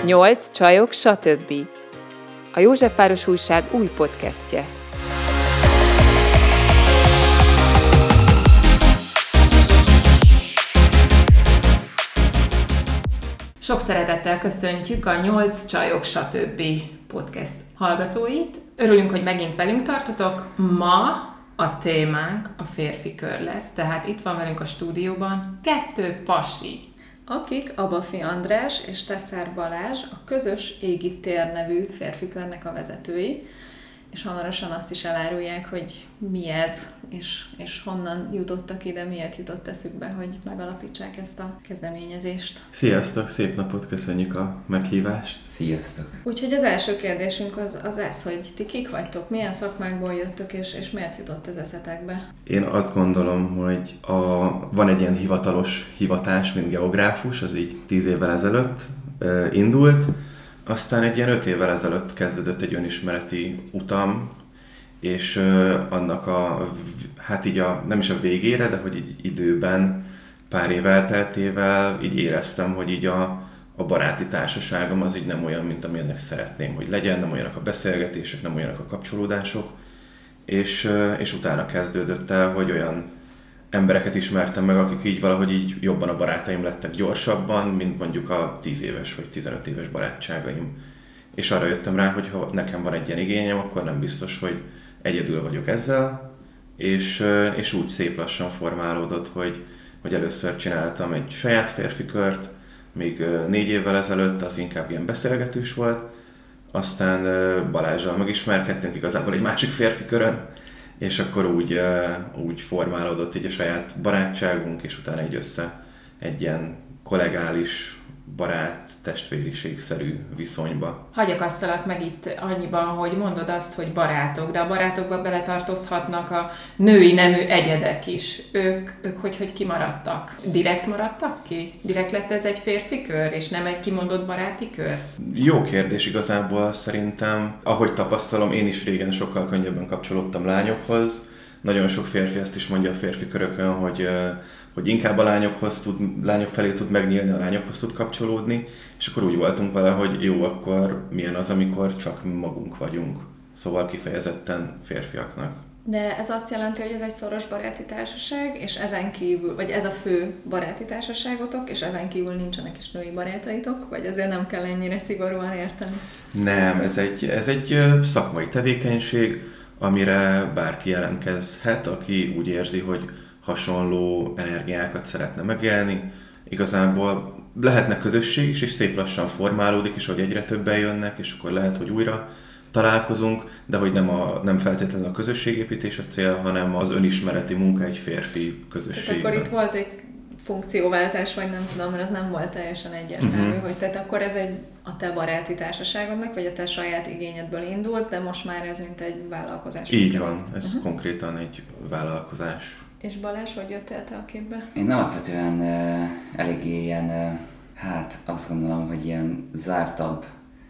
8 csajok, stb. A Józsefváros Újság új podcastje. Sok szeretettel köszöntjük a 8 csajok, stb. Podcast hallgatóit. Örülünk, hogy megint velünk tartotok. Ma a témánk a férfi kör lesz, tehát itt van velünk a stúdióban 2 pasi, akik Abafi András és Tesszár Balázs, a közös Égi Tér nevű férfi körnek a vezetői, és hamarosan azt is elárulják, hogy mi ez, és honnan jutottak ide, miért jutott eszükbe, hogy megalapítsák ezt a kezdeményezést. Sziasztok, szép napot, köszönjük a meghívást. Sziasztok! Úgyhogy az első kérdésünk az ez, hogy ti kik vagytok, milyen szakmákból jöttök, és miért jutott ez eszetekbe? Én azt gondolom, hogy van egy ilyen hivatalos hivatás, mint geográfus, az így 10 évvel ezelőtt indult, aztán egy ilyen 5 évvel ezelőtt kezdődött egy önismereti utam, és annak nem is a végére, de hogy így időben, pár év elteltével így éreztem, hogy így a baráti társaságom az így nem olyan, mint amilyennek szeretném, hogy legyen, nem olyanak a beszélgetések, nem olyanak a kapcsolódások, és utána kezdődött el, hogy olyan embereket ismertem meg, akik így valahogy így jobban a barátaim lettek gyorsabban, mint mondjuk a 10 éves vagy 15 éves barátságaim. És arra jöttem rá, hogy ha nekem van egy ilyen igényem, akkor nem biztos, hogy egyedül vagyok ezzel, és úgy szép lassan formálódott, hogy először csináltam egy saját férfi kört, még 4 évvel ezelőtt az inkább ilyen beszélgetős volt, aztán Balázsral megismerkedtünk igazából egy másik férfi körön, és akkor úgy formálódott így a saját barátságunk, és utána így össze egy ilyen kollegális, barát, testvériségszerű viszonyba. Hagyakasztalak meg itt annyiban, hogy mondod azt, hogy barátok, de a barátokba beletartozhatnak a női nemű egyedek is. Ők hogy kimaradtak? Direkt maradtak ki? Direkt lett ez egy férfi kör, és nem egy kimondott baráti kör? Jó kérdés igazából szerintem. Ahogy tapasztalom, én is régen sokkal könnyebben kapcsolódtam lányokhoz. Nagyon sok férfi ezt is mondja a férfi körökön, hogy inkább a lányok felé tud megnyílni, a lányokhoz tud kapcsolódni, és akkor úgy voltunk vele, hogy jó, akkor milyen az, amikor csak magunk vagyunk. Szóval kifejezetten férfiaknak. De ez azt jelenti, hogy ez egy szoros baráti társaság, és ezen kívül, vagy ez a fő baráti társaságotok, és ezen kívül nincsenek is női barátaitok, vagy azért nem kell ennyire szigorúan érteni? Nem, ez egy szakmai tevékenység, amire bárki jelentkezhet, aki úgy érzi, hogy hasonló energiákat szeretne megélni. Igazából lehetnek közösség is, és szép lassan formálódik, és hogy egyre többen jönnek, és akkor lehet, hogy újra találkozunk, de hogy nem feltétlenül a közösségépítés a cél, hanem az önismereti munka egy férfi közösségben. Tehát akkor itt volt egy funkcióváltás, vagy nem tudom, mert ez nem volt teljesen egyértelmű, hogy tehát akkor ez a te baráti társaságodnak, vagy a te saját igényedből indult, de most már ez mint egy vállalkozás. Így van, ez konkrétan egy vállalkozás. És Balázs, hogy jöttél te a képbe? Én alapvetően eléggé ilyen, azt gondolom, hogy ilyen zártabb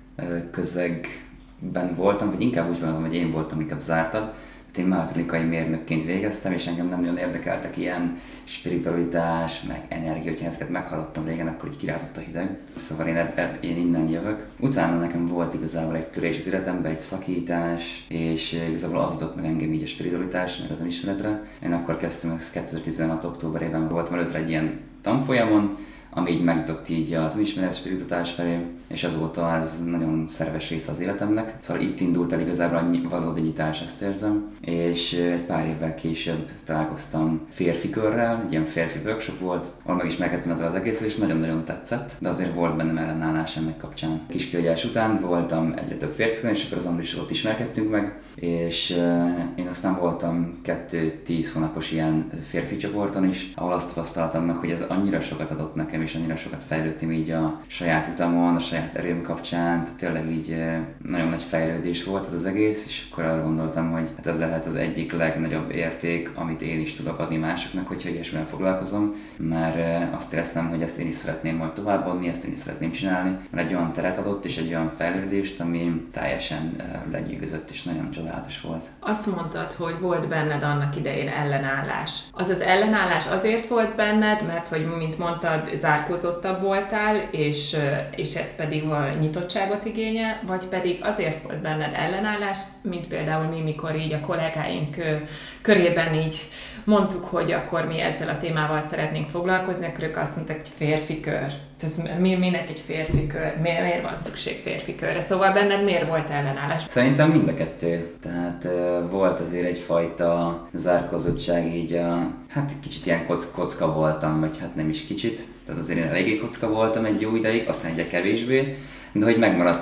közegben voltam, vagy inkább úgy mondom, hogy én voltam inkább zártabb. Én mechatronikai mérnökként végeztem, és engem nem nagyon érdekeltek ilyen spiritualitás, meg energia, hogyha ezeket meghallottam régen, akkor így kirázott a hideg. Szóval én innen jövök. Utána nekem volt igazából egy törés az életemben, egy szakítás, és igazából az adott meg engem így a spiritualitás, meg az önismeretre. Én akkor kezdtem, ezt 2016. októberében voltam előtre egy ilyen tanfolyamon, ami így megjutott így az önismeret, spiritualitás felé, és azóta ez nagyon szerves része az életemnek. Szóval itt indult el igazából a valódi nyitás, ezt érzem, és egy pár évvel később találkoztam férfi körrel, egy ilyen férfi workshop volt, ahol megismerkedtem ezzel az egészről, és nagyon-nagyon tetszett, de azért volt bennem ellenállás ennek kapcsán. Kis kihagyás után voltam egyre több férfi körön, és akkor az Andrissal ott ismerkedtünk meg, és én aztán voltam 2-10 hónapos ilyen férfi csoporton is, ahol azt tapasztaltam meg, hogy ez annyira sokat adott nekem, és annyira sokat fejlődtem így a saját utamon, a saját erőm kapcsán, tehát tényleg így nagyon nagy fejlődés volt ez az egész, és akkor arra gondoltam, hogy hát ez lehet az egyik legnagyobb érték, amit én is tudok adni másoknak, hogyha ilyesmivel foglalkozom, mert azt éreztem, hogy ezt én is szeretném majd továbbadni, ezt én is szeretném csinálni, mert egy olyan teret adott és egy olyan fejlődést, ami teljesen lenyűgözött és nagyon csodálatos volt. Azt mondtad, hogy volt benned annak idején ellenállás. Az ellenállás azért volt benned, mert hogy mint mondtad, zárkózottabb voltál, és ez pedig a nyitottságot igényel, vagy pedig azért volt benned ellenállás, mint például mi, mikor így a kollégáink körében így mondtuk, hogy akkor mi ezzel a témával szeretnénk foglalkozni, akkor ők azt mondták, hogy férfi kör. Minek egy férfi kör? Miért van szükség férfi körre? Szóval benned miért volt ellenállás? Szerintem mind a kettő. Tehát volt azért egyfajta zárkózottság, így hát kicsit ilyen kocka voltam, vagy hát nem is kicsit. Tehát azért én eléggé kocka voltam egy jó ideig, aztán egyre kevésbé. De hogy megmaradt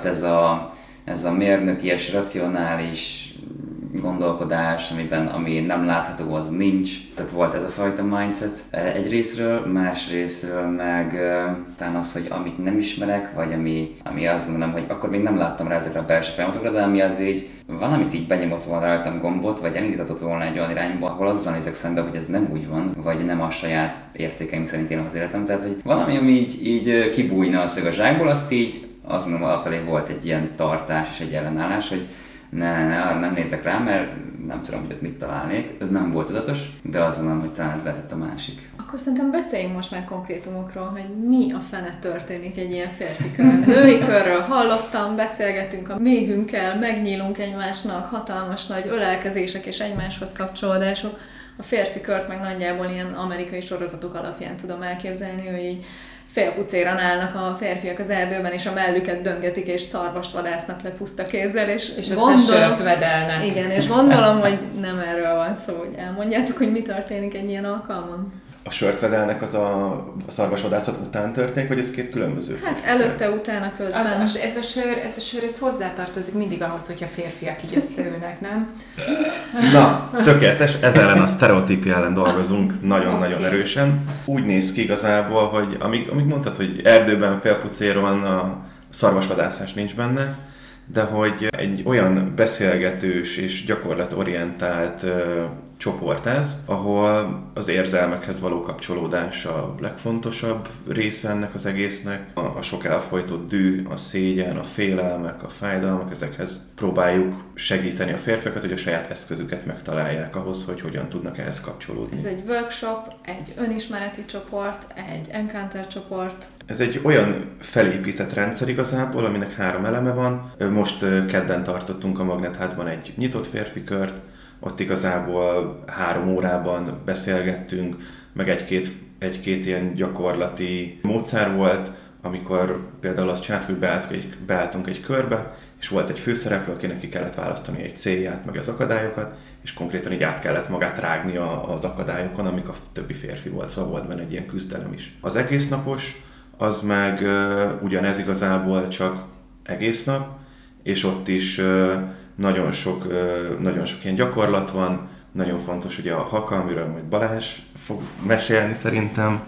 ez a mérnökies, racionális gondolkodás, ami nem látható, az nincs. Tehát volt ez a fajta mindset egy részről, más részről meg talán az, hogy amit nem ismerek, vagy ami azt gondolom, hogy akkor még nem láttam rá ezekre a belső folyamatokra, de ami az így valamit így benyomott volna rajtam gombot, vagy elindítatott volna egy olyan irányba, ahol azzal nézek szembe, hogy ez nem úgy van, vagy nem a saját értékeim szerint élem az életem. Tehát, hogy valami, ami így kibújna a szög a zsákból, azt így azt mondom, alfelé volt egy ilyen tartás és egy ellenállás, hogy nem nézek rá, mert nem tudom, hogy ott mit találnék. Ez nem volt tudatos, de azt gondolom, hogy talán ez lehetett a másik. Akkor szerintem beszéljünk most már konkrétumokról, hogy mi a fene történik egy ilyen férfi körön. Női körről hallottam, beszélgetünk a méhünkkel, megnyílunk egymásnak, hatalmas nagy ölelkezések és egymáshoz kapcsolódások. A férfi kört meg nagyjából ilyen amerikai sorozatok alapján tudom elképzelni, hogy így félpucéran állnak a férfiak az erdőben, és a mellüket döngetik, és szarvast vadásznak le puszta kézzel, és aztán sört vedelnek. Igen, és gondolom, hogy nem erről van szó, hogy elmondjátok, hogy mi történik egy ilyen alkalmon. A sört vedelnek az a szarvasvadászat után történik, vagy ez két különböző? Hát előtte, utána, közben. Ez a sör, ez hozzátartozik mindig ahhoz, hogyha férfiak így összeülnek, nem? Na, tökéletes, ez ellen a sztereotípia ellen dolgozunk nagyon-nagyon erősen. Úgy néz ki igazából, hogy amíg mondtad, hogy erdőben félpucéron a szarvasvadászás nincs benne, de hogy egy olyan beszélgetős és gyakorlatorientált csoport ez, ahol az érzelmekhez való kapcsolódás a legfontosabb része ennek az egésznek. A sok elfojtott düh, a szégyen, a félelmek, a fájdalmak, ezekhez próbáljuk segíteni a férfiakat, hogy a saját eszközüket megtalálják ahhoz, hogy hogyan tudnak ehhez kapcsolódni. Ez egy workshop, egy önismereti csoport, egy encounter csoport. Ez egy olyan felépített rendszer igazából, aminek 3 eleme van. Most kedden tartottunk a Magnetházban egy nyitott férfi kört, ott igazából 3 órában beszélgettünk, meg egy-két ilyen gyakorlati módszer volt, amikor például azt csináltuk, hogy beálltunk egy körbe, és volt egy főszereplő, akinek ki kellett választani egy célját, meg az akadályokat, és konkrétan így át kellett magát rágni az akadályokon, amik a többi férfi volt, szóval volt benne egy ilyen küzdelem is. Az egész napos, az meg ugyanez igazából csak egész nap, és ott is nagyon sok ilyen gyakorlat van, nagyon fontos ugye a haka, amiről majd Balázs fog mesélni szerintem.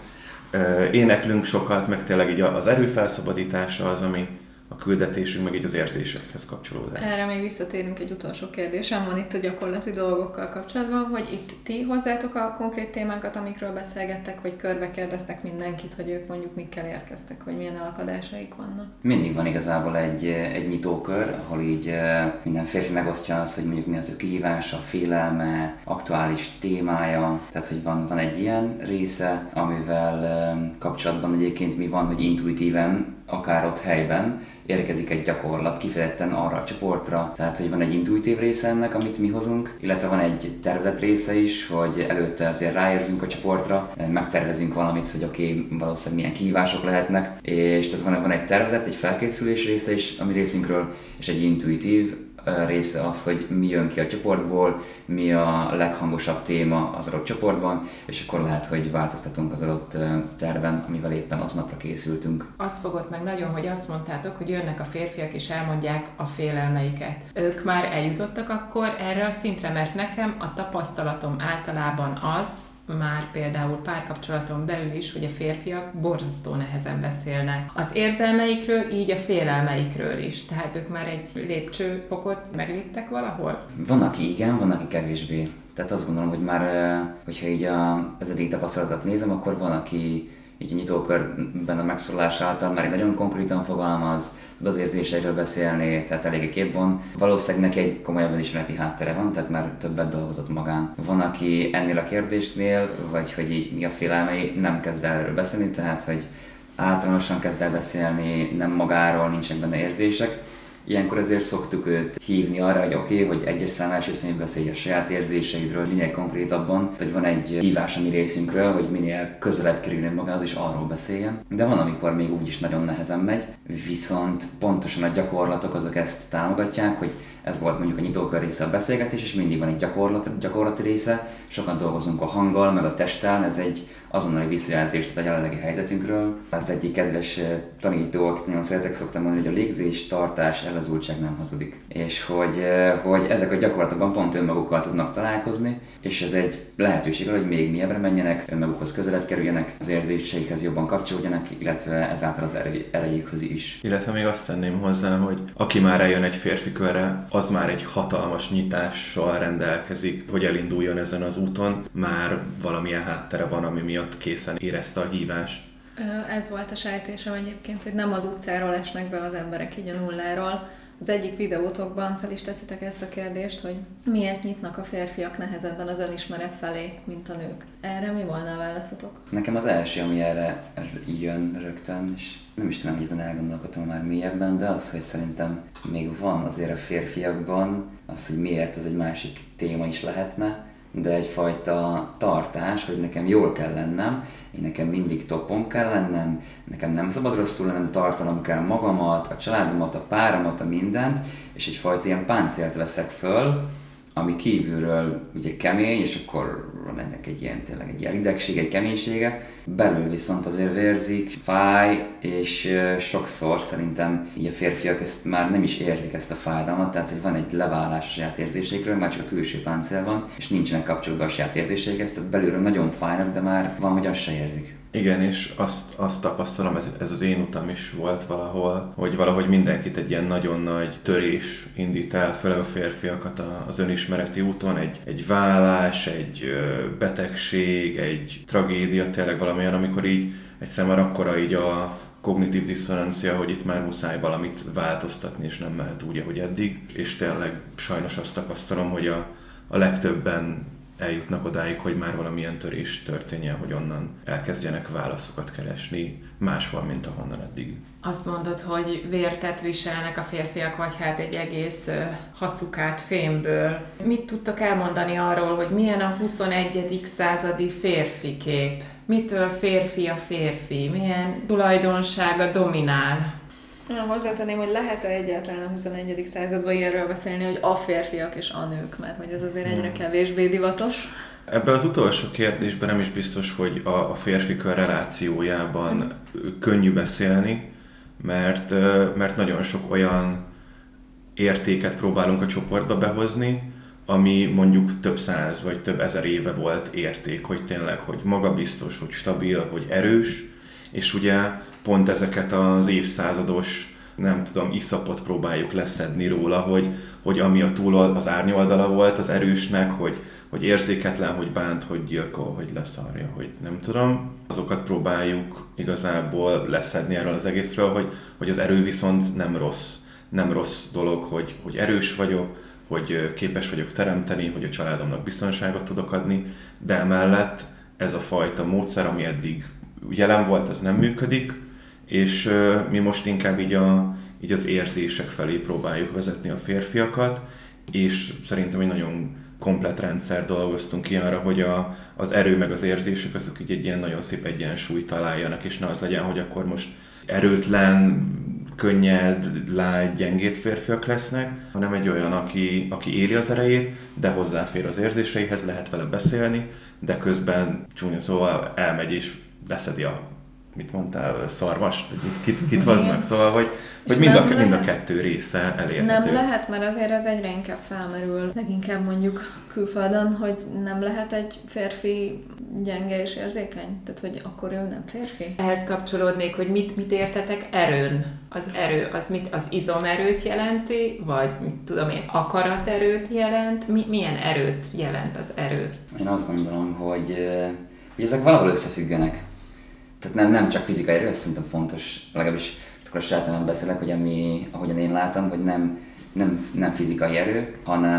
Éneklünk sokat, meg tényleg így az erőfelszabadítása az, ami a küldetésünk, meg így az érzésekhez kapcsolódás. Erre még visszatérünk, egy utolsó kérdésem van itt a gyakorlati dolgokkal kapcsolatban, hogy itt ti hozzátok a konkrét témákat, amikről beszélgettek, vagy körbe kérdeztek mindenkit, hogy ők mondjuk mikkel érkeztek, vagy milyen elakadásaik vannak? Mindig van igazából egy nyitókör, ahol így minden férfi megosztja azt, hogy mondjuk mi az ő kihívása, félelme, aktuális témája, tehát hogy van egy ilyen része, amivel kapcsolatban egyébként mi van, hogy intuitíven, akár ott helyben érkezik egy gyakorlat kifejezetten arra a csoportra, tehát hogy van egy intuitív része ennek, amit mi hozunk, illetve van egy tervezett része is, hogy előtte azért ráérzünk a csoportra, megtervezünk valamit, hogy oké, valószínűleg milyen kihívások lehetnek, és tehát van egy tervezett, egy felkészülés része is a mi részünkről, és egy intuitív része az, hogy mi jön ki a csoportból, mi a leghangosabb téma az adott csoportban, és akkor lehet, hogy változtatunk az adott terven, amivel éppen aznapra készültünk. Azt fogott meg nagyon, hogy azt mondtátok, hogy jönnek a férfiak és elmondják a félelmeiket. Ők már eljutottak akkor erre a szintre, mert nekem a tapasztalatom általában az, már például párkapcsolaton belül is, hogy a férfiak borzasztó nehezen beszélnek az érzelmeikről, így a félelmeikről is. Tehát ők már egy lépcsőfokot megléptek valahol? Van, aki igen, van, aki kevésbé. Tehát azt gondolom, hogy már, hogyha így az eddig tapasztalatokat nézem, akkor van, aki így a nyitókörben a megszólalás által már egy nagyon konkrétan fogalmaz, tud az érzéseiről beszélni, tehát eléggé kép van. Valószínűleg neki egy komolyabb önismereti háttere van, tehát már többet dolgozott magán. Van, aki ennél a kérdésnél, vagy hogy így mi a félelmei, nem kezd el erről beszélni, tehát hogy általánosan kezd el beszélni, nem magáról, nincsenek benne érzések. Ilyenkor ezért szoktuk őt hívni arra, hogy oké, hogy egyes szám első személyben beszélj a saját érzéseidről, minél konkrétabban, hogy van egy hívás a mi részünkről, hogy minél közelebb kerüljön magához és arról beszéljen. De van, amikor még úgyis nagyon nehezen megy, viszont pontosan a gyakorlatok azok ezt támogatják, hogy ez volt mondjuk a nyitókör része a beszélgetés, és mindig van egy gyakorlati része, sokan dolgozunk a hanggal, meg a testtel, ez egy azonnali visszajelzést a jelenlegi helyzetünkről. Az egyik kedves tanító, akit nagyon szeretek, szoktam mondani, hogy a légzés, tartás, ellazultság nem hazudik. És hogy ezek a gyakorlatokban pont önmagukkal tudnak találkozni, és ez egy lehetőség arra, hogy még mélyebbre menjenek, önmagukhoz közelebb kerüljenek, az érzéseikhez jobban kapcsolódjanak, illetve ezáltal az erejükhöz is. Illetve még azt tenném hozzá, hogy aki már eljön egy férfi körre, az már egy hatalmas nyitással rendelkezik, hogy elinduljon ezen az úton. Már valamilyen háttere van, ami miatt készen érezte a hívást. Ez volt a sejtésem egyébként, hogy nem az utcáról esnek be az emberek így a nulláról. Az egyik videótokban fel is teszitek ezt a kérdést, hogy miért nyitnak a férfiak nehezebben az önismeret felé, mint a nők. Erre mi volna a válaszotok? Nekem az első, ami erre jön rögtön, és nem is tudom, hogy ezen elgondolkodtam már mélyebben, de az, hogy szerintem még van azért a férfiakban az, hogy miért, ez egy másik téma is lehetne, de egyfajta tartás, hogy nekem jól kell lennem, én nekem mindig toppon kell lennem, nekem nem szabad rosszul lennem, tartanom kell magamat, a családomat, a páramat, a mindent, és egyfajta ilyen páncélt veszek föl, ami kívülről ugye kemény, és akkor van ennek egy ilyen, tényleg egy ilyen ridegség, egy keménysége, belül viszont azért vérzik, fáj, és sokszor szerintem így a férfiak ezt már nem is érzik, ezt a fájdalmat, tehát hogy van egy leválás a saját érzéseikről, már csak a külső páncél van, és nincsenek kapcsolatban a saját érzéseik, ezt belülről nagyon fájnak, de már van, hogy azt se érzik. Igen, és azt tapasztalom, ez az én utam is volt valahol, hogy valahogy mindenkit egy ilyen nagyon nagy törés indít el, főleg a férfiakat az önismereti úton, egy vállás, egy betegség, egy tragédia, tényleg valamilyen, amikor így egyszerűen már akkora így a kognitív diszonancia, hogy itt már muszáj valamit változtatni, és nem mehet úgy, ahogy eddig. És tényleg sajnos azt tapasztalom, hogy a legtöbben eljutnak odáig, hogy már valamilyen törés történjen, hogy onnan elkezdjenek válaszokat keresni máshol, mint ahonnan eddig. Azt mondod, hogy vértet viselnek a férfiak, vagy hát egy egész hacukát fémből. Mit tudtak elmondani arról, hogy milyen a 21. századi férfi kép? Mitől férfi a férfi? Milyen tulajdonsága dominál? Hozzátenném, hogy lehet-e egyáltalán a 21. században ilyenről beszélni, hogy a férfiak és a nők, mert hogy ez azért egyre kevésbé divatos. Ebben az utolsó kérdésben nem is biztos, hogy a férfi-kör relációjában könnyű beszélni, mert nagyon sok olyan értéket próbálunk a csoportba behozni, ami mondjuk több száz vagy több ezer éve volt érték, hogy tényleg, hogy magabiztos, hogy stabil, hogy erős, és ugye pont ezeket az évszázados, nem tudom, iszapot próbáljuk leszedni róla, hogy ami a túl az árnyoldala volt az erősnek, hogy érzéketlen, hogy bánt, hogy gyilkol, hogy leszarja, hogy nem tudom. Azokat próbáljuk igazából leszedni erről az egészről, hogy az erő viszont nem rossz. Nem rossz dolog, hogy erős vagyok, hogy képes vagyok teremteni, hogy a családomnak biztonságot tudok adni, de emellett ez a fajta módszer, ami eddig jelen volt, ez nem működik, és mi most inkább így az érzések felé próbáljuk vezetni a férfiakat, és szerintem egy nagyon komplett rendszer dolgoztunk ki arra, hogy az erő meg az érzések azok így egy ilyen nagyon szép egyensúlyt találjanak, és ne az legyen, hogy akkor most erőtlen, könnyed, lágy, gyengéd férfiak lesznek, hanem egy olyan, aki éli az erejét, de hozzáfér az érzéseihez, lehet vele beszélni, de közben csúnya szóval elmegy és leszedi mit mondtál, szarvast, vagy kit hoznak, szóval, hogy mind a kettő része elérhető. Nem lehet, mert azért ez egyre inkább felmerül, leginkább mondjuk külföldön, hogy nem lehet egy férfi gyenge és érzékeny? Tehát, hogy akkor ő nem férfi? Ehhez kapcsolódnék, hogy mit értetek erőn? Az erő, az mit? Az izomerőt jelenti, vagy tudom én, akaraterőt jelent? Milyen erőt jelent az erő? Én azt gondolom, hogy ezek valahol összefüggenek. Tehát nem csak fizikai erő, ez szerintem fontos, legalábbis akkor a saját neven beszélek, hogy ahogyan én látom, hogy nem fizikai erő,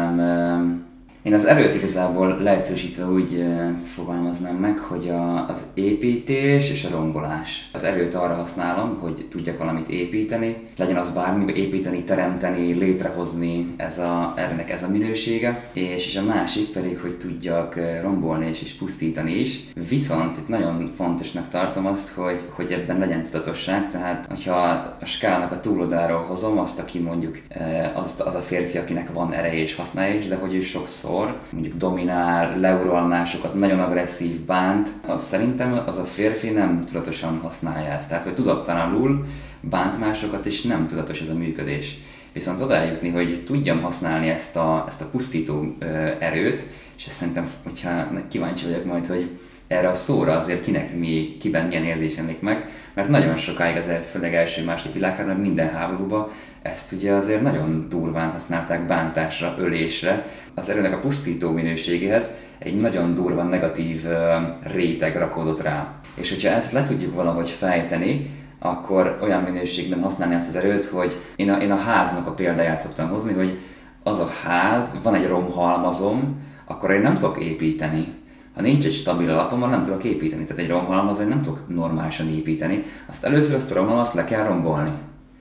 hanem én az erőt igazából leegyszerűsítve úgy fogalmaznám meg, hogy az építés és a rombolás. Az erőt arra használom, hogy tudjak valamit építeni, legyen az bármi, építeni, teremteni, létrehozni, ennek ez a minősége, és a másik pedig, hogy tudjak rombolni és pusztítani is. Viszont itt nagyon fontosnak tartom azt, hogy ebben legyen tudatosság, tehát hogyha a skálának a túloldaláról hozom azt, aki mondjuk az a férfi, akinek van ereje és használja is, de hogy ő sokszor mondjuk dominál, leural másokat, nagyon agresszív, bánt, az szerintem az a férfi nem tudatosan használja ezt. Tehát, hogy tudattalanul bánt másokat, és nem tudatos ez a működés. Viszont oda eljutni, hogy tudjam használni ezt a pusztító erőt, és ezt szerintem, hogyha kíváncsi vagyok majd, hogy erre a szóra azért kiben milyen érzés jelenik meg, mert nagyon sokáig főleg első-második világháborúban, minden háborúban ezt ugye azért nagyon durván használták bántásra, ölésre. Az erőnek a pusztító minőségéhez egy nagyon durva negatív réteg rakódott rá. És hogyha ezt le tudjuk valahogy fejteni, akkor olyan minőségben használni ezt az erőt, hogy én a háznak a példáját szoktam hozni, hogy az a ház, van egy romhalmazom, akkor én nem tudok építeni. Ha nincs egy stabil alapom, nem tudok építeni. Tehát egy romhalmazon nem tudok normálisan építeni. Azt először azt a romhalmazt le kell rombolni.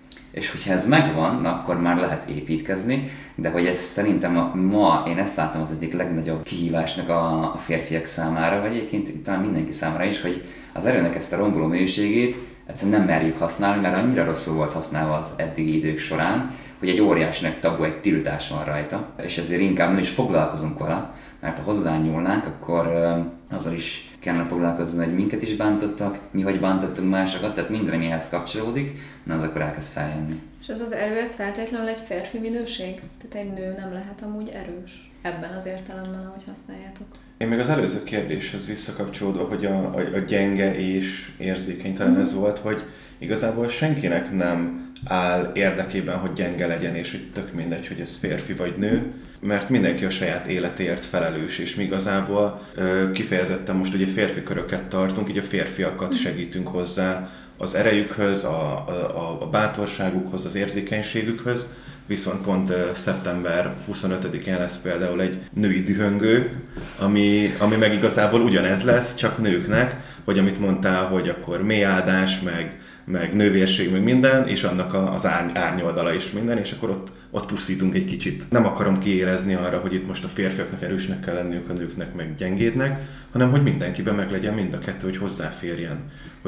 És hogyha ez megvan, akkor már lehet építkezni, de hogy ez szerintem ma én ezt látom az egyik legnagyobb kihívásnak a férfiak számára, vagy egyébként talán mindenki számára is, hogy az erőnek ezt a romboló minőségét egyszerűen nem merjük használni, mert annyira rosszul volt használva az eddigi idők során, hogy egy óriási nagy tabu, egy tiltás van rajta, és ezért inkább nem is foglalkozunk vele, mert ha hozzányúlnánk, akkor azzal is kellene foglalkozni, hogy minket is bántottak, mi hogy bántottunk másokat, tehát minden, ami ehhez kapcsolódik, az akkor elkezd feljönni. És ez az erő, ez feltétlenül egy férfi minőség? Tehát egy nő nem lehet amúgy erős ebben az értelemben, ahogy használjátok? Én még az előző kérdéshez visszakapcsolódva, hogy a gyenge és érzékeny, talán ez volt, hogy igazából senkinek nem áll érdekében, hogy gyenge legyen, és hogy tök mindegy, hogy ez férfi vagy nő, mert mindenki a saját életéért felelős, és mi igazából kifejezetten most ugye férfi köröket tartunk, így a férfiakat segítünk hozzá az erejükhöz, a bátorságukhoz, az érzékenységükhöz, viszont pont szeptember 25-én lesz például egy női dühöngő, ami meg igazából ugyanez lesz, csak nőknek, hogy amit mondtál, hogy akkor mélyáldás, meg nővérség, meg minden, és annak az árnyoldala is minden, és akkor ott pusztítunk egy kicsit. Nem akarom kiérezni arra, hogy itt most a férfiaknak erősnek kell lenniük, a nőknek meg gyengédnek, hanem hogy mindenkiben meg legyen mind a kettő, hogy hozzáférjen.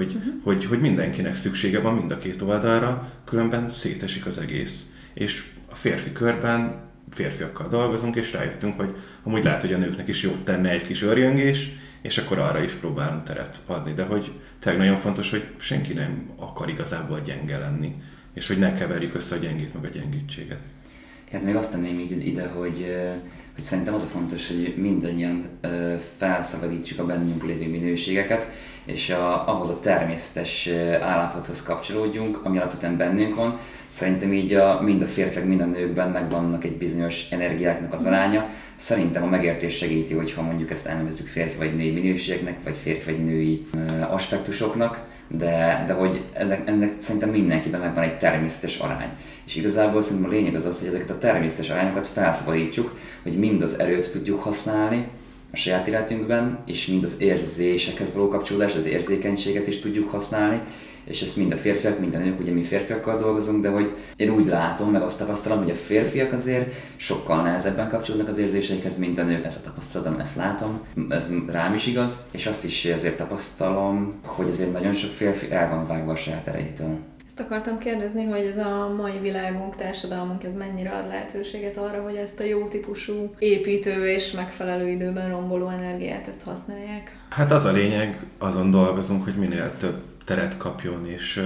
Hogy mindenkinek szüksége van mind a két oldalra, különben szétesik az egész. És a férfi körben férfiakkal dolgozunk, és rájöttünk, hogy amúgy lehet, hogy a nőknek is jót tenne egy kis örjöngés, és akkor arra is próbálunk teret adni. De hogy tényleg nagyon fontos, hogy senki nem akar igazából gyenge lenni, és hogy ne keverjük össze a gyengét meg a gyengítséget. Hát még azt tenném ide, hogy szerintem az a fontos, hogy mindannyian felszabadítsuk a bennünk lévő minőségeket, és ahhoz a természetes állapothoz kapcsolódjunk, ami alapvetően bennünk van. Szerintem így mind a férfiak, mind a nőkben megvannak egy bizonyos energiáknak az aránya. Szerintem a megértés segíti, hogyha mondjuk ezt elnevezzük férfi vagy női minőségeknek, vagy férfi vagy női aspektusoknak, de hogy ennek szerintem mindenkiben megvan egy természetes arány. És igazából szerintem a lényeg az, hogy ezeket a természetes arányokat felszabadítsuk, hogy mind az erőt tudjuk használni a saját életünkben, és mind az érzésekhez való kapcsolódást, az érzékenységet is tudjuk használni, és ezt mind a férfiak, mind a nők, ugye mi férfiakkal dolgozunk, de hogy én úgy látom, meg azt tapasztalom, hogy a férfiak azért sokkal nehezebben kapcsolódnak az érzéseikhez, mint a nők, ezt a tapasztalatom, ezt látom, ez rám is igaz, és azt is azért tapasztalom, hogy azért nagyon sok férfi el van vágva a saját erejétől. Ezt akartam kérdezni, hogy ez a mai világunk, társadalmunk, ez mennyire ad lehetőséget arra, hogy ezt a jó típusú építő és megfelelő időben romboló energiát ezt használják? Hát az a lényeg, azon dolgozunk, hogy minél több teret kapjon, és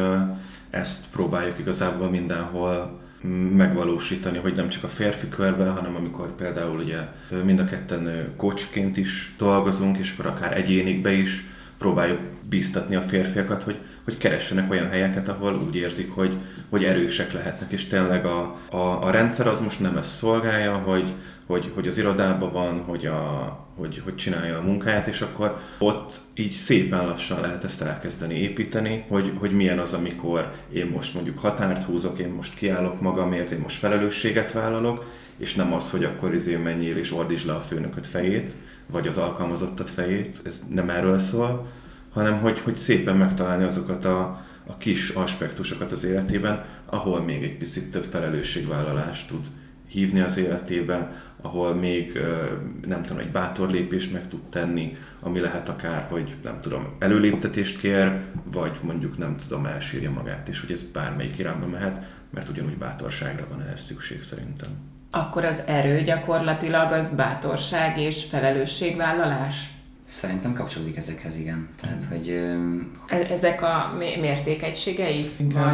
ezt próbáljuk igazából mindenhol megvalósítani, hogy nem csak a férfi körben, hanem amikor például ugye mind a ketten coachként is dolgozunk, és akkor akár egyénikbe is próbáljuk bíztatni a férfiakat, hogy keressenek olyan helyeket, ahol úgy érzik, hogy erősek lehetnek, és tényleg a rendszer az most nem ezt szolgálja, hogy az irodában van, hogy csinálja a munkáját, és akkor ott így szépen lassan lehet ezt elkezdeni építeni, hogy milyen az, amikor én most mondjuk határt húzok, én most kiállok magamért, én most felelősséget vállalok, és nem az, hogy akkor menjél és ordítsd le a főnököt fejét, vagy az alkalmazottat fejét, ez nem erről szól, hanem hogy szépen megtalálni azokat a kis aspektusokat az életében, ahol még egy picit több felelősségvállalást tud hívni az életébe, ahol még nem tudom, egy bátor lépést meg tud tenni, ami lehet akár, hogy nem tudom, előléptetést kér, vagy mondjuk nem tudom, elsírja magát, és hogy ez bármelyik irányba mehet, mert ugyanúgy bátorságra van ehhez szükség szerintem. Akkor az erő gyakorlatilag az bátorság és felelősségvállalás? Szerintem kapcsolódik ezekhez, igen. Tehát, hogy... Ezek a mértékegységei?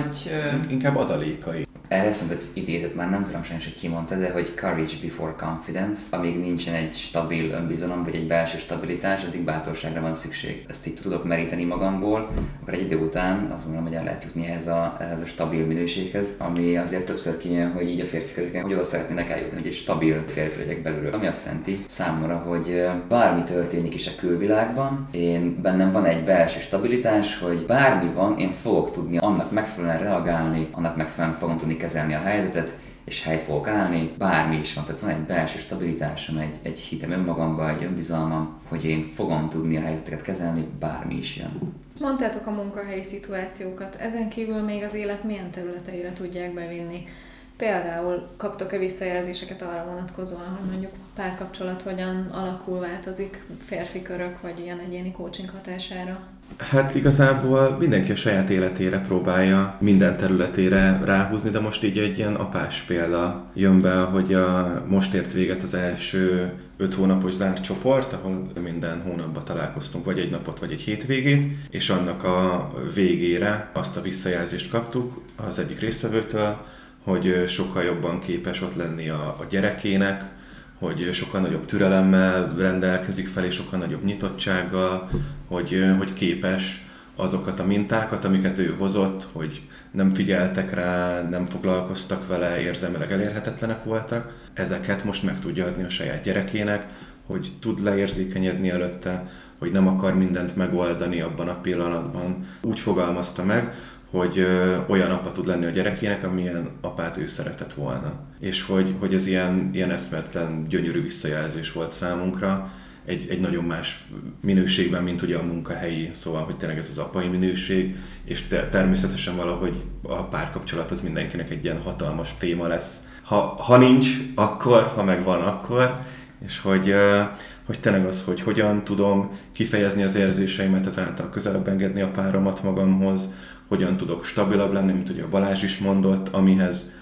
Inkább adalékai. Erre eszembe idézett, már nem tudom sajnos, hogy ki mondta, de hogy courage before confidence, amíg nincsen egy stabil önbizalom, vagy egy belső stabilitás, addig bátorságra van szükség. Ezt így tudok meríteni magamból, akkor egy idő után azt gondolom, hogy el lehet jutni ehhez a stabil minőséghez, ami azért többször kijön, hogy így a férfi köröken, hogy oda szeretnének eljutni, hogy egy stabil férfi legyek belülről. Ami azt jelenti számomra, hogy bármi történik is a külvilágban, bennem van egy belső stabilitás, hogy bármi van, én fogok tudni annak megfelelően reagálni, annak megfelelően fogom tudni kezelni a helyzetet, és helyt fogok állni, bármi is van. Tehát van egy belső stabilitásom, egy hitem önmagamba, egy önbizalmam, hogy én fogom tudni a helyzeteket kezelni, bármi is jön. Mondtátok a munkahelyi szituációkat, ezen kívül még az élet milyen területeire tudják bevinni? Például kaptok-e visszajelzéseket arra vonatkozóan, hogy mondjuk párkapcsolat hogyan alakul, változik férfi körök, vagy ilyen egyéni coaching hatására? Hát igazából mindenki a saját életére próbálja minden területére ráhúzni, de most így egy ilyen apás példa jön be, hogy most ért véget az első 5 hónapos zárt csoport, ahol minden hónapban találkoztunk, vagy egy napot, vagy egy hétvégét, és annak a végére azt a visszajelzést kaptuk az egyik résztvevőtől, hogy sokkal jobban képes ott lenni a gyerekének, hogy sokkal nagyobb türelemmel rendelkezik fel, és sokkal nagyobb nyitottsággal, hogy képes azokat a mintákat, amiket ő hozott, hogy nem figyeltek rá, nem foglalkoztak vele, érzelmileg elérhetetlenek voltak. Ezeket most meg tudja adni a saját gyerekének, hogy tud leérzékenyedni előtte, hogy nem akar mindent megoldani abban a pillanatban. Úgy fogalmazta meg, hogy olyan apa tud lenni a gyerekének, amilyen apát ő szeretett volna. És hogy ez ilyen eszméletlen, gyönyörű visszajelzés volt számunkra, egy nagyon más minőségben, mint ugye a munkahelyi, szóval, hogy tényleg ez az apai minőség, és természetesen valahogy a párkapcsolat az mindenkinek egy ilyen hatalmas téma lesz. Ha nincs, akkor, ha meg van, akkor, és hogy tényleg az, hogy hogyan tudom kifejezni az érzéseimet, ezáltal közelebb engedni a páromat magamhoz, hogyan tudok stabilabb lenni, mint ugye a Balázs is mondott, amihez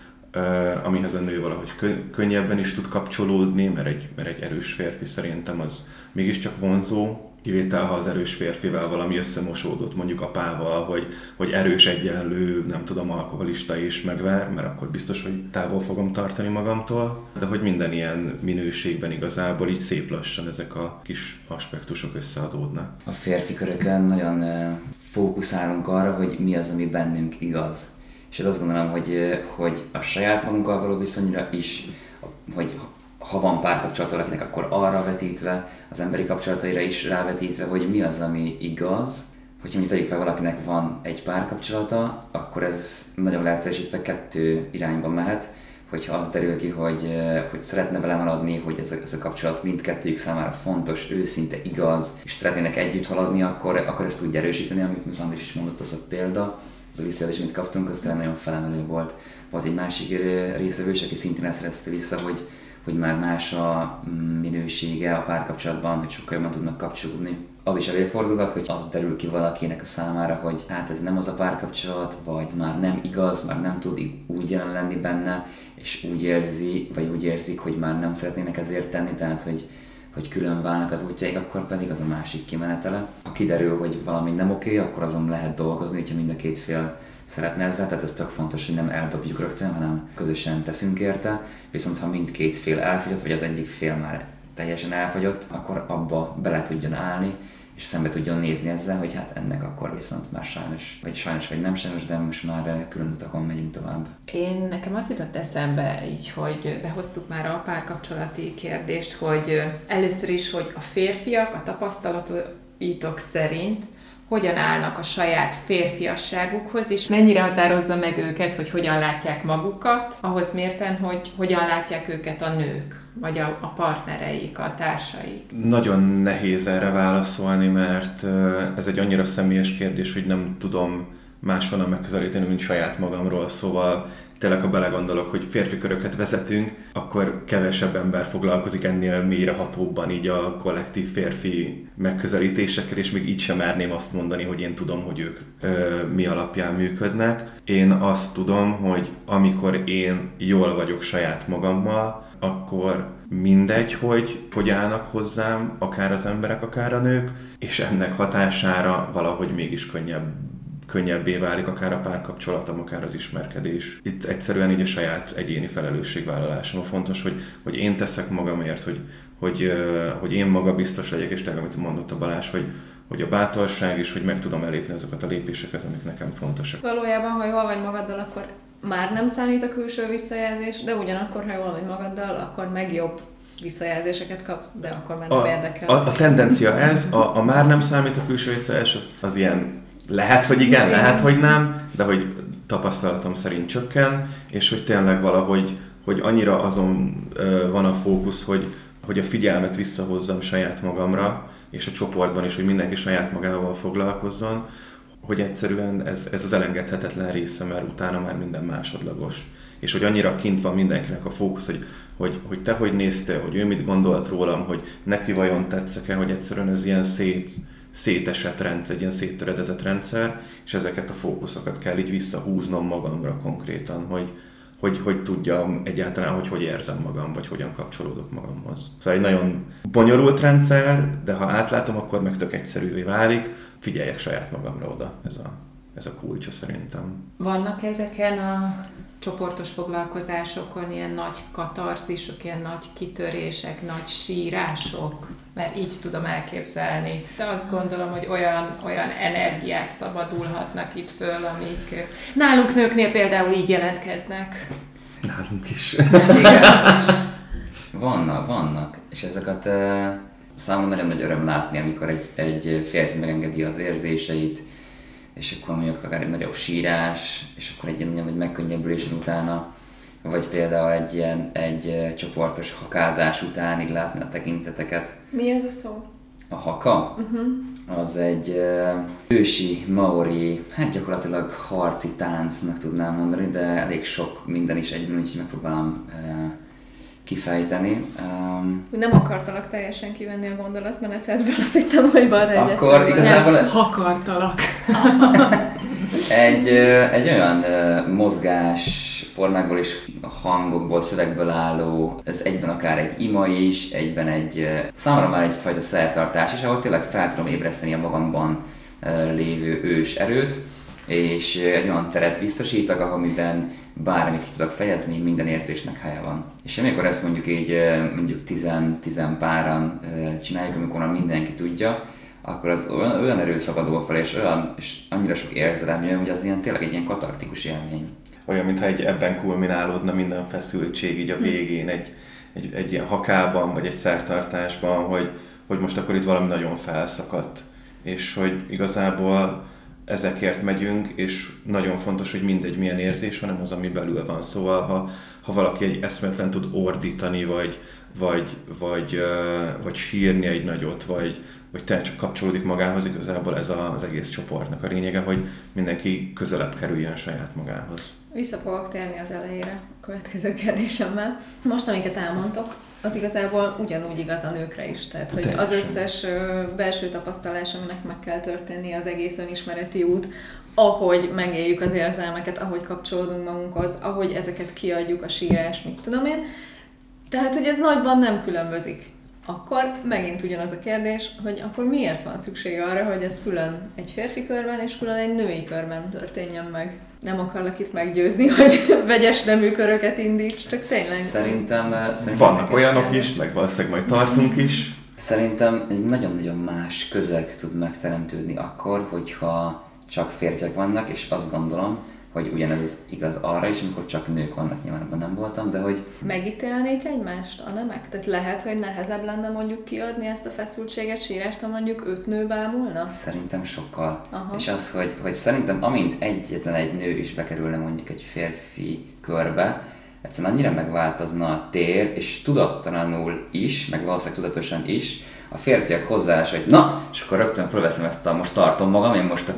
a nő valahogy könnyebben is tud kapcsolódni, mert egy erős férfi szerintem az mégiscsak vonzó, kivétel, ha az erős férfivel valami összemosódott, mondjuk apával, hogy erős egyenlő, nem tudom, alkoholista is megver, mert akkor biztos, hogy távol fogom tartani magamtól, de hogy minden ilyen minőségben igazából így szép lassan ezek a kis aspektusok összeadódnak. A férfi körökön nagyon fókuszálunk arra, hogy mi az, ami bennünk igaz. És azt gondolom, hogy a saját magunkkal való viszonyra is, hogy ha van párkapcsolat valakinek, akkor arra vetítve, az emberi kapcsolataira is rávetítve, hogy mi az, ami igaz. Hogyha mondjuk tegyük fel, valakinek van egy párkapcsolata, akkor ez nagyon leegyszerűsítve 2 irányba mehet. Hogyha az derül ki, hogy szeretne vele maradni, hogy ez a kapcsolat mindkettőjük számára fontos, őszinte, igaz, és szeretnének együtt haladni, akkor ezt tudja erősíteni, amit Andris is mondott, az a példa. Az a visszajelzés, amit kaptunk, az nagyon felemelő volt. Volt egy másik részevő, aki szintén ezt szerezte vissza, hogy már más a minősége a párkapcsolatban, hogy sokkal jobban tudnak kapcsolódni. Az is előfordulhat, hogy az derül ki valakinek a számára, hogy hát ez nem az a párkapcsolat, vagy már nem igaz, már nem tud úgy jelen lenni benne, és úgy érzik, hogy már nem szeretnének ezért tenni, tehát hogy külön válnak az útjaik, akkor pedig az a másik kimenetele. Ha kiderül, hogy valami nem oké, akkor azon lehet dolgozni, hogyha mind a két fél szeretne ezzel, tehát ez tök fontos, hogy nem eldobjuk rögtön, hanem közösen teszünk érte, viszont ha mindkét fél elfogyott, vagy az egyik fél már teljesen elfogyott, akkor abba bele tudjon állni, és szembe tudjon nézni ezzel, hogy hát ennek akkor viszont már sajnos vagy nem sajnos, de most már külön utakon megyünk tovább. Nekem azt jutott eszembe így, hogy behoztuk már a párkapcsolati kérdést, hogy először is, hogy a férfiak a tapasztalatok szerint hogyan állnak a saját férfiasságukhoz, és mennyire határozza meg őket, hogy hogyan látják magukat, ahhoz mérten, hogy hogyan látják őket a nők, vagy a partnereik, a társaik. Nagyon nehéz erre válaszolni, mert ez egy annyira személyes kérdés, hogy nem tudom máshonnan megközelíteni, mint saját magamról. Szóval tényleg, ha belegondolok, hogy férfi köröket vezetünk, akkor kevesebb ember foglalkozik ennél mélyrehatóbban így a kollektív férfi megközelítésekkel, és még így sem merném azt mondani, hogy én tudom, hogy ők mi alapján működnek. Én azt tudom, hogy amikor én jól vagyok saját magammal, akkor mindegy, hogy állnak hozzám, akár az emberek, akár a nők, és ennek hatására valahogy mégis könnyebbé válik akár a párkapcsolatom, akár az ismerkedés. Itt egyszerűen így a saját egyéni felelősségvállalásom a fontos, hogy én teszek magamért, hogy én magabiztos legyek, és tényleg, amit mondott a Balázs, hogy a bátorság is, hogy meg tudom elépni azokat a lépéseket, amik nekem fontosak. Valójában, ha jól vagy magaddal, akkor már nem számít a külső visszajelzés, de ugyanakkor, ha jól vagy magaddal, akkor meg jobb visszajelzéseket kapsz, de akkor már nem érdekel. A tendencia ez, a már nem számít a külső visszajelzés, az ilyen lehet, hogy igen, lehet, hogy nem, de hogy tapasztalatom szerint csökken, és hogy tényleg valahogy, hogy annyira azon van a fókusz, hogy a figyelmet visszahozzam saját magamra, és a csoportban is, hogy mindenki saját magával foglalkozzon, hogy egyszerűen ez az elengedhetetlen része, mert utána már minden másodlagos. És hogy annyira kint van mindenkinek a fókusz, hogy te hogy néztél, hogy ő mit gondolt rólam, hogy neki vajon tetszek-e, hogy egyszerűen ez ilyen szétesett rendszer, egy ilyen széttöredezett rendszer, és ezeket a fókuszokat kell így visszahúznom magamra konkrétan, hogy tudjam egyáltalán, hogy érzem magam, vagy hogyan kapcsolódok magamhoz. Szóval egy nagyon bonyolult rendszer, de ha átlátom, akkor meg tök egyszerűvé válik, figyeljek saját magamra oda, ez a kulcsa szerintem. Vannak ezeken a csoportos foglalkozásokon ilyen nagy katarzisok, ilyen nagy kitörések, nagy sírások, mert így tudom elképzelni. De azt gondolom, hogy olyan energiák szabadulhatnak itt föl, amik nálunk nőknél például így jelentkeznek. Nálunk is. Igen. Vannak. És ezeket számomra nagyon nagy öröm látni, amikor egy férfi megengedi az érzéseit, és akkor mondjuk akár egy nagyobb sírás, és akkor egy ilyen nagy megkönnyebbülésen utána, vagy például egy csoportos hakázás után így látni a tekinteteket. Mi ez a szó? A haka? Az egy ősi maori, hát gyakorlatilag harci táncnak tudnám mondani, de elég sok minden is egyben, úgyhogy megpróbálom kifejteni. Nem akartalak teljesen kivenni a gondolatmenetedből, azt hittem, hogy van egy akkor igazából hakartalak. egy olyan mozgás formákból és hangokból, szövegből álló, ez egyben akár egy ima is, egyben számomra már egyfajta szertartás, és ahol tényleg fel tudom ébreszteni a magamban lévő ős erőt, és egy olyan teret biztosítak, amiben bármit ki tudok fejezni, minden érzésnek helye van. És amikor ezt mondjuk 10 páran csináljuk, amikor már mindenki tudja, akkor az olyan erő szabadul fel, és annyira sok érzelem jön, hogy az tényleg egy ilyen katartikus élmény. Olyan, mintha ebben kulminálódna minden feszültség így a végén, egy ilyen hakában, vagy egy szertartásban, hogy most akkor itt valami nagyon felszakadt. És hogy igazából ezekért megyünk, és nagyon fontos, hogy mindegy milyen érzés, hanem az, ami belül van. Szóval, ha valaki egy eszméletlen tud ordítani, vagy sírni egy nagyot, vagy tényleg csak kapcsolódik magához, igazából ez az egész csoportnak a lényege, hogy mindenki közelebb kerüljön saját magához. Vissza fogok térni az elejére a következő kérdésemmel. Most, amiket elmondtok, az igazából ugyanúgy igaz a nőkre is. Tehát, hogy az összes belső tapasztalás, aminek meg kell történni, az egész önismereti út, ahogy megéljük az érzelmeket, ahogy kapcsolódunk magunkhoz, ahogy ezeket kiadjuk, a sírás, mit tudom én. Tehát, hogy ez nagyban nem különbözik. Akkor megint ugyanaz a kérdés, hogy akkor miért van szükség arra, hogy ez külön egy férfi körben és külön egy női körben történjen meg. Nem akarlak itt meggyőzni, hogy vegyes nemű köröket indíts, csak tényleg. Szerintem vannak olyanok is, meg valószínűleg majd tartunk is. Szerintem egy nagyon-nagyon más közeg tud megteremtődni akkor, hogyha csak férfiak vannak, és azt gondolom, hogy ugyanez igaz arra is, amikor csak nők vannak, nyilván abban nem voltam, de hogy... Megítélnék egymást a nemek? Tehát lehet, hogy nehezebb lenne mondjuk kiadni ezt a feszültséget, sírást, ha mondjuk 5 nő bámulna? Szerintem sokkal. Aha. És az, hogy szerintem amint egyetlen egy nő is bekerülne mondjuk egy férfi körbe, egyszerűen annyira megváltozna a tér, és tudattalanul is, meg valószínűleg tudatosan is, a férfiak hozzáállása, hogy na, és akkor rögtön fölveszem most tartom magam,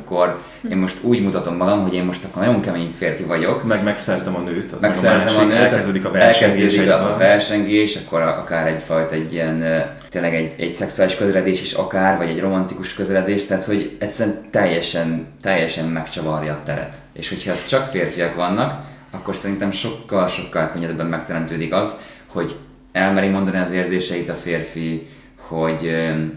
én most úgy mutatom magam, hogy én most akkor nagyon kemény férfi vagyok. Megszerzem a nőt, az megszerzem a nőt, elkezdődik a versengés. A versengés, akkor akár egyfajta egy ilyen, tényleg egy szexuális közeledés is akár, vagy egy romantikus közeledés, tehát hogy egyszerűen teljesen megcsavarja a teret. És hogyha ez csak férfiak vannak, akkor szerintem sokkal könnyebben megteremtődik az, hogy elmeri mondani az érzéseit a férfi, hogy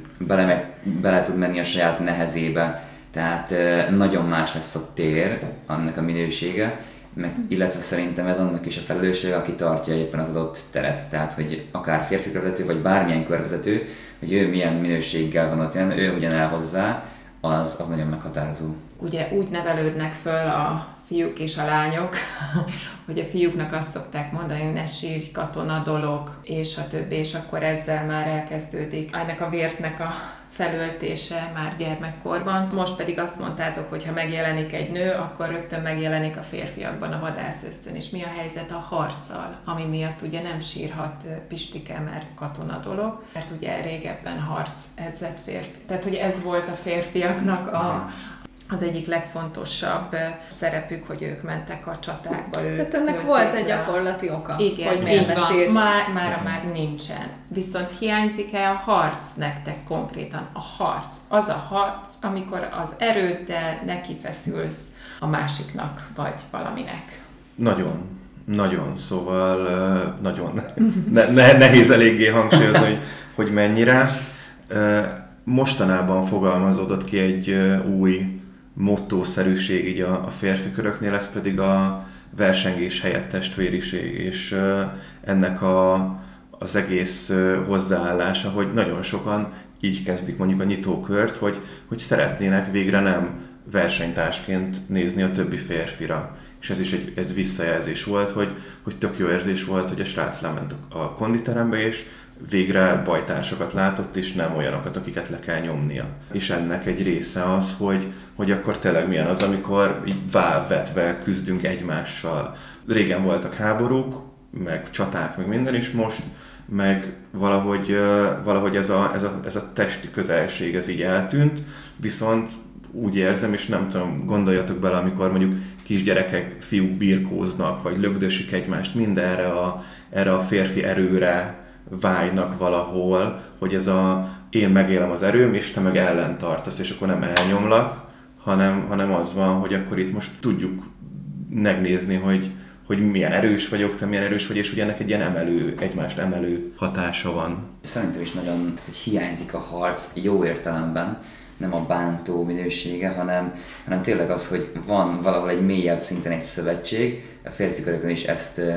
bele tud menni a saját nehezébe, tehát nagyon más lesz a tér, annak a minősége, illetve szerintem ez annak is a felelőssége, aki tartja éppen az adott teret, tehát hogy akár férfi körvezető, vagy bármilyen körvezető, hogy ő milyen minőséggel van ott, ő hogyan áll hozzá, az nagyon meghatározó. Ugye úgy nevelődnek föl a fiúk és a lányok, hogy a fiúknak azt szokták mondani, hogy ne sírj, katona dolog, és a többi, és akkor ezzel már elkezdődik ennek a vértnek a felöltése már gyermekkorban. Most pedig azt mondtátok, hogy ha megjelenik egy nő, akkor rögtön megjelenik a férfiakban a vadászösztön. És mi a helyzet a harccal, ami miatt ugye nem sírhat Pistike, mert katona dolog, mert ugye régebben harc edzett férfi. Tehát, hogy ez volt a férfiaknak az egyik legfontosabb szerepük, hogy ők mentek a csatákba. Tehát ennek volt egy gyakorlati oka, igen, hogy miért ne sír. Már nincsen. Viszont hiányzik-e a harc nektek konkrétan? A harc. Az a harc, amikor az erőddel nekifeszülsz a másiknak, vagy valaminek. Nagyon, szóval nagyon nehéz eléggé hangsúlyozni, hogy mennyire. Mostanában fogalmazódott ki egy új mottószerűség így a férfi köröknél, ez pedig a versengés helyett testvériség, és ennek az egész hozzáállása, hogy nagyon sokan így kezdik mondjuk a nyitókört, hogy szeretnének végre nem versenytársként nézni a többi férfira. És ez is egy visszajelzés volt, hogy tök jó érzés volt, hogy a srác lement a konditerembe, és végre bajtársakat látott, és nem olyanokat, akiket le kell nyomnia. És ennek egy része az, hogy akkor tényleg milyen az, amikor így válvetve küzdünk egymással. Régen voltak háborúk, meg csaták, meg minden, és most meg valahogy ez a testi közelség ez így eltűnt, viszont úgy érzem, és nem tudom, gondoljatok bele, amikor mondjuk kisgyerekek, fiúk birkóznak, vagy lögdösik egymást, mind erre a férfi erőre vágynak valahol, hogy ez én megélem az erőm, és te meg ellen tartasz, és akkor nem elnyomlak, hanem az van, hogy akkor itt most tudjuk megnézni, hogy milyen erős vagyok, te milyen erős vagy, és ugye ennek egy ilyen egymást emelő hatása van. Szerintem is nagyon hogy hiányzik a harc jó értelemben, nem a bántó minősége, hanem tényleg az, hogy van valahol egy mélyebb szinten egy szövetség, a férfi körökön is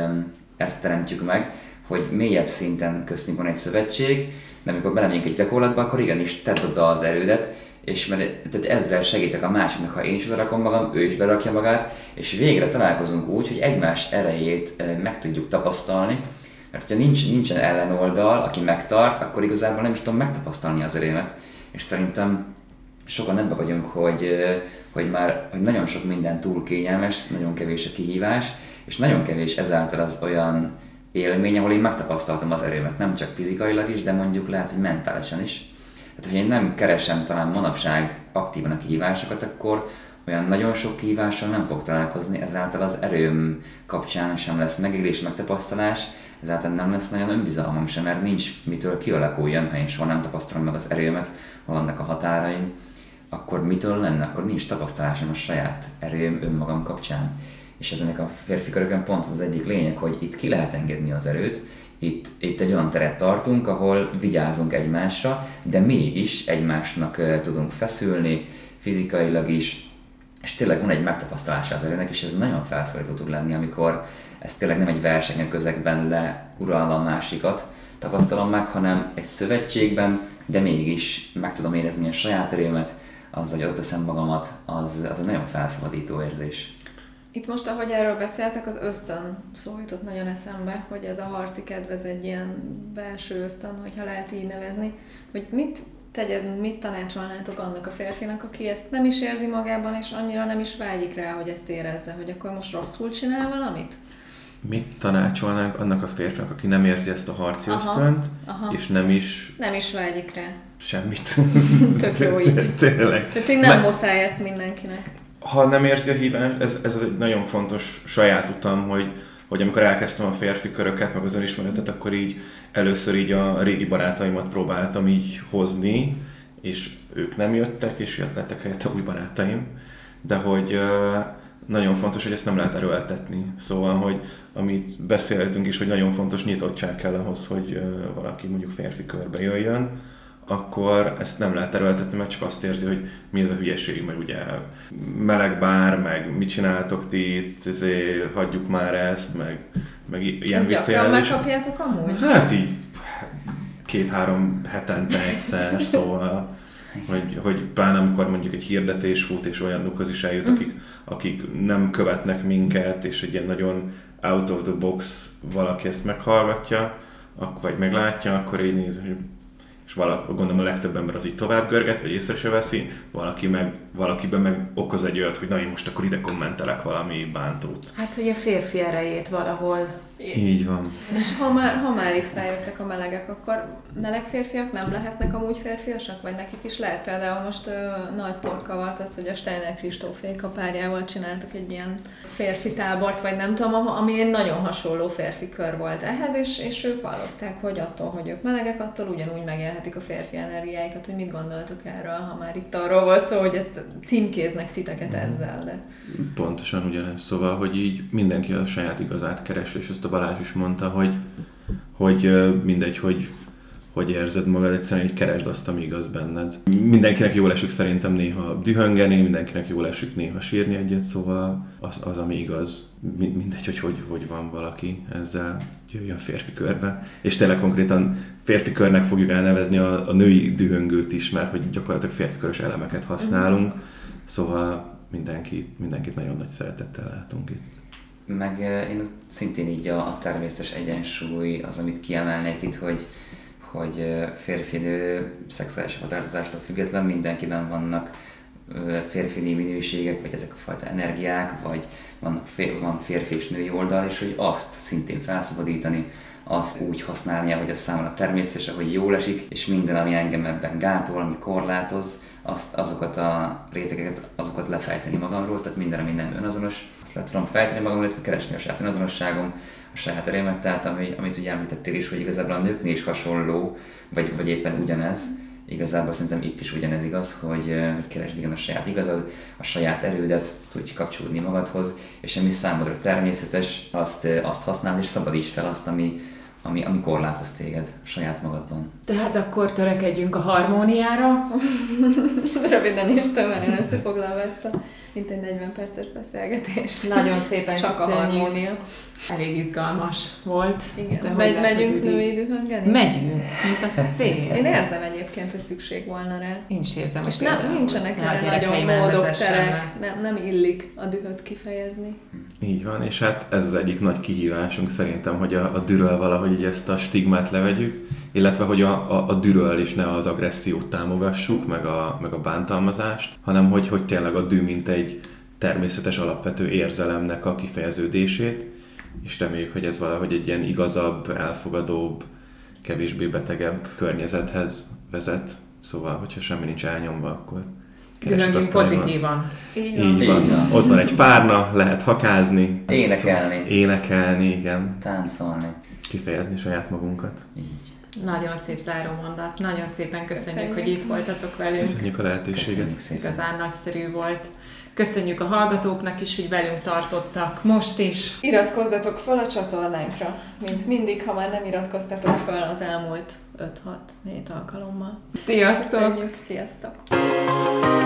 ezt teremtjük meg, hogy mélyebb szinten köztünk van egy szövetség, de amikor belemegyünk egy gyakorlatba, akkor igenis tedd oda az erődet, és tehát ezzel segítek a másiknak, ha én is odarakom magam, ő is berakja magát, és végre találkozunk úgy, hogy egymás erejét meg tudjuk tapasztalni, mert hogyha nincsen ellenoldal, aki megtart, akkor igazából nem is tudom megtapasztalni az erőmet, és szerintem sokan ebben vagyunk, hogy nagyon sok minden túl kényelmes, nagyon kevés a kihívás, és nagyon kevés ezáltal az olyan élmény, ahol én megtapasztaltam az erőmet, nem csak fizikailag is, de mondjuk lehet, hogy mentálisan is. Tehát, hogy én nem keresem talán manapság aktívan a kihívásokat, akkor olyan nagyon sok kihívással nem fog találkozni, ezáltal az erőm kapcsán sem lesz megélés, megtapasztalás, ezáltal nem lesz nagyon önbizalmam sem, mert nincs mitől kialakuljon, ha én soha nem tapasztalom meg az erőmet, hol vannak a határaim, akkor mitől lenne, akkor nincs tapasztalásom a saját erőm önmagam kapcsán. És ezenek a férfi körökön pont az egyik lényeg, hogy itt ki lehet engedni az erőt, itt egy olyan teret tartunk, ahol vigyázunk egymásra, de mégis egymásnak tudunk feszülni, fizikailag is, és tényleg van egy megtapasztalása az erőnek, és ez nagyon felszólító tud lenni, amikor ez tényleg nem egy versenyen közegben leuralva a másikat tapasztalom meg, hanem egy szövetségben, de mégis meg tudom érezni a saját erőmet, azzal, hogy ott teszem magamat, az egy nagyon felszabadító érzés. Itt most, ahogy erről beszéltek, az ösztön szó jutott nagyon eszembe, hogy ez a harci kedv, ez egy ilyen belső ösztön, hogyha lehet így nevezni, hogy mit tanácsolnátok annak a férfinak, aki ezt nem is érzi magában, és annyira nem is vágyik rá, hogy ezt érezze, hogy akkor most rosszul csinál valamit? Mit tanácsolnánk annak a férfinak, aki nem érzi ezt a harci ösztönt, és nem is vágyik rá. Semmit. Tök jó így. Tényleg. Tehát nem muszáj ezt mindenkinek. Ha nem érzi a hívást, ez egy nagyon fontos saját utam, hogy amikor elkezdtem a férfi köröket, meg az önismeretet, akkor így először így a régi barátaimat próbáltam így hozni, és ők nem jöttek, és lettek helyett új barátaim. De hogy nagyon fontos, hogy ezt nem lehet erőltetni. Szóval, hogy amit beszéltünk is, hogy nagyon fontos nyitottság kell ahhoz, hogy valaki mondjuk férfi körbe jöjjön, akkor ezt nem lehet erőltetni, mert csak azt érzi, hogy mi ez a hülyeség, meg ugye meleg bár, meg mit csináltok ti itt, hagyjuk már ezt, meg ilyen ezt gyakran megkapjátok amúgy? Hát így 2-3 hetente egyszer, szóval hogy pláne amikor mondjuk egy hirdetés fut, és olyanokhoz is eljut, akik nem követnek minket, és egy ilyen nagyon out of the box valaki ezt meghallgatja, vagy meglátja, akkor így néz, hogy és gondolom a legtöbb ember az így tovább görget, vagy észre se veszi, valakiben meg okoz egy olyat, hogy na én most akkor ide kommentelek valami bántót. Hát, hogy a férfi erejét valahol... Így van. És ha már itt feljöttek a melegek, akkor meleg férfiak nem lehetnek amúgy férfiasak? Vagy nekik is lehet? Például most nagy port kavart az, hogy a Steiner Kristófék a párjával csináltak egy ilyen férfi tábort, vagy nem tudom, ami egy nagyon hasonló férfi kör volt ehhez, és ők vallották, hogy attól, hogy ők melegek, attól ugyanúgy megélhetik a férfi energiáikat, hogy mit gondoltok erről, ha már itt arról volt szó, hogy ezt címkéznek titeket ezzel, de... Pontosan ugyanez, szóval, hogy így mindenki a saját igazát keres, és ezt a Balázs is mondta, hogy mindegy, hogy érzed magad, egyszerűen így keresd azt, ami igaz benned. Mindenkinek jól esik szerintem néha dühöngeni, mindenkinek jól esik néha sírni egyet, szóval az ami igaz. Mindegy, hogy van valaki ezzel, jöjjön férfi körbe. És tényleg konkrétan férfi körnek fogjuk elnevezni a női dühöngőt is, mert hogy gyakorlatilag férfi körös elemeket használunk, szóval mindenkit nagyon nagy szeretettel látunk itt. Meg én szintén így a természetes egyensúly az, amit kiemelnék itt, hogy férfi-nő szexuális határozástól független mindenkiben vannak férfi minőségek, vagy ezek a fajta energiák, vagy van férfi és női oldal, és hogy azt szintén felszabadítani, azt úgy használnia, hogy az számomra természetes, hogy jól esik, és minden, ami engem ebben gátol, ami korlátoz, azokat a rétegeket, azokat lefejteni magamról, tehát minden, ami nem önazonos, azt le tudom fejteni magamról, illetve keresni a saját önazonosságom, a saját erémet, tehát amit ugye említettél is, hogy igazából a nőknél is hasonló, vagy éppen ugyanez, igazából szerintem itt is ugyanez igaz, hogy keresd igen a saját igazad, a saját erődet, tudj kapcsolódni magadhoz, és ami számodra természetes, azt használd és szabadíts fel azt, ami korlátoz téged saját magadban. Tehát akkor törekedjünk a harmóniára. Röviden és tömören összefoglalva ezt a mintegy 40 perces beszélgetést. Nagyon szépen csak köszönjük. A harmónia. Elég izgalmas volt. Igen. Megyünk női dühöngeni? Megyünk, mint a szél. Én érzem egyébként, hogy szükség volna rá. Én is érzem, és nincsenek erre nagyon módok, terek. Nem illik a dühöt kifejezni. Így van, és hát ez az egyik nagy kihívásunk szerintem, hogy a dűről valahogy így ezt a stigmát levegyük, illetve hogy a dűről is ne az agressziót támogassuk, meg a bántalmazást, hanem hogy tényleg a dű mint egy természetes alapvető érzelemnek a kifejeződését, és reméljük, hogy ez valahogy egy ilyen igazabb, elfogadóbb, kevésbé betegebb környezethez vezet. Szóval, hogyha semmi nincs elnyomva, akkor dühöngünk pozitívan. Így van. Ott van egy párna, lehet hakázni. Énekelni, igen. Táncolni. Kifejezni saját magunkat. Így. Nagyon szép zárómondat. Nagyon szépen köszönjük, hogy itt voltatok velünk. Köszönjük a lehetőséget. Igazán nagyszerű volt. Köszönjük a hallgatóknak is, hogy velünk tartottak most is. Iratkozzatok fel a csatornánkra, mint mindig, ha már nem iratkoztatok fel az elmúlt 5-6-4 alkalommal. Sziasztok! Köszönjük, sziasztok!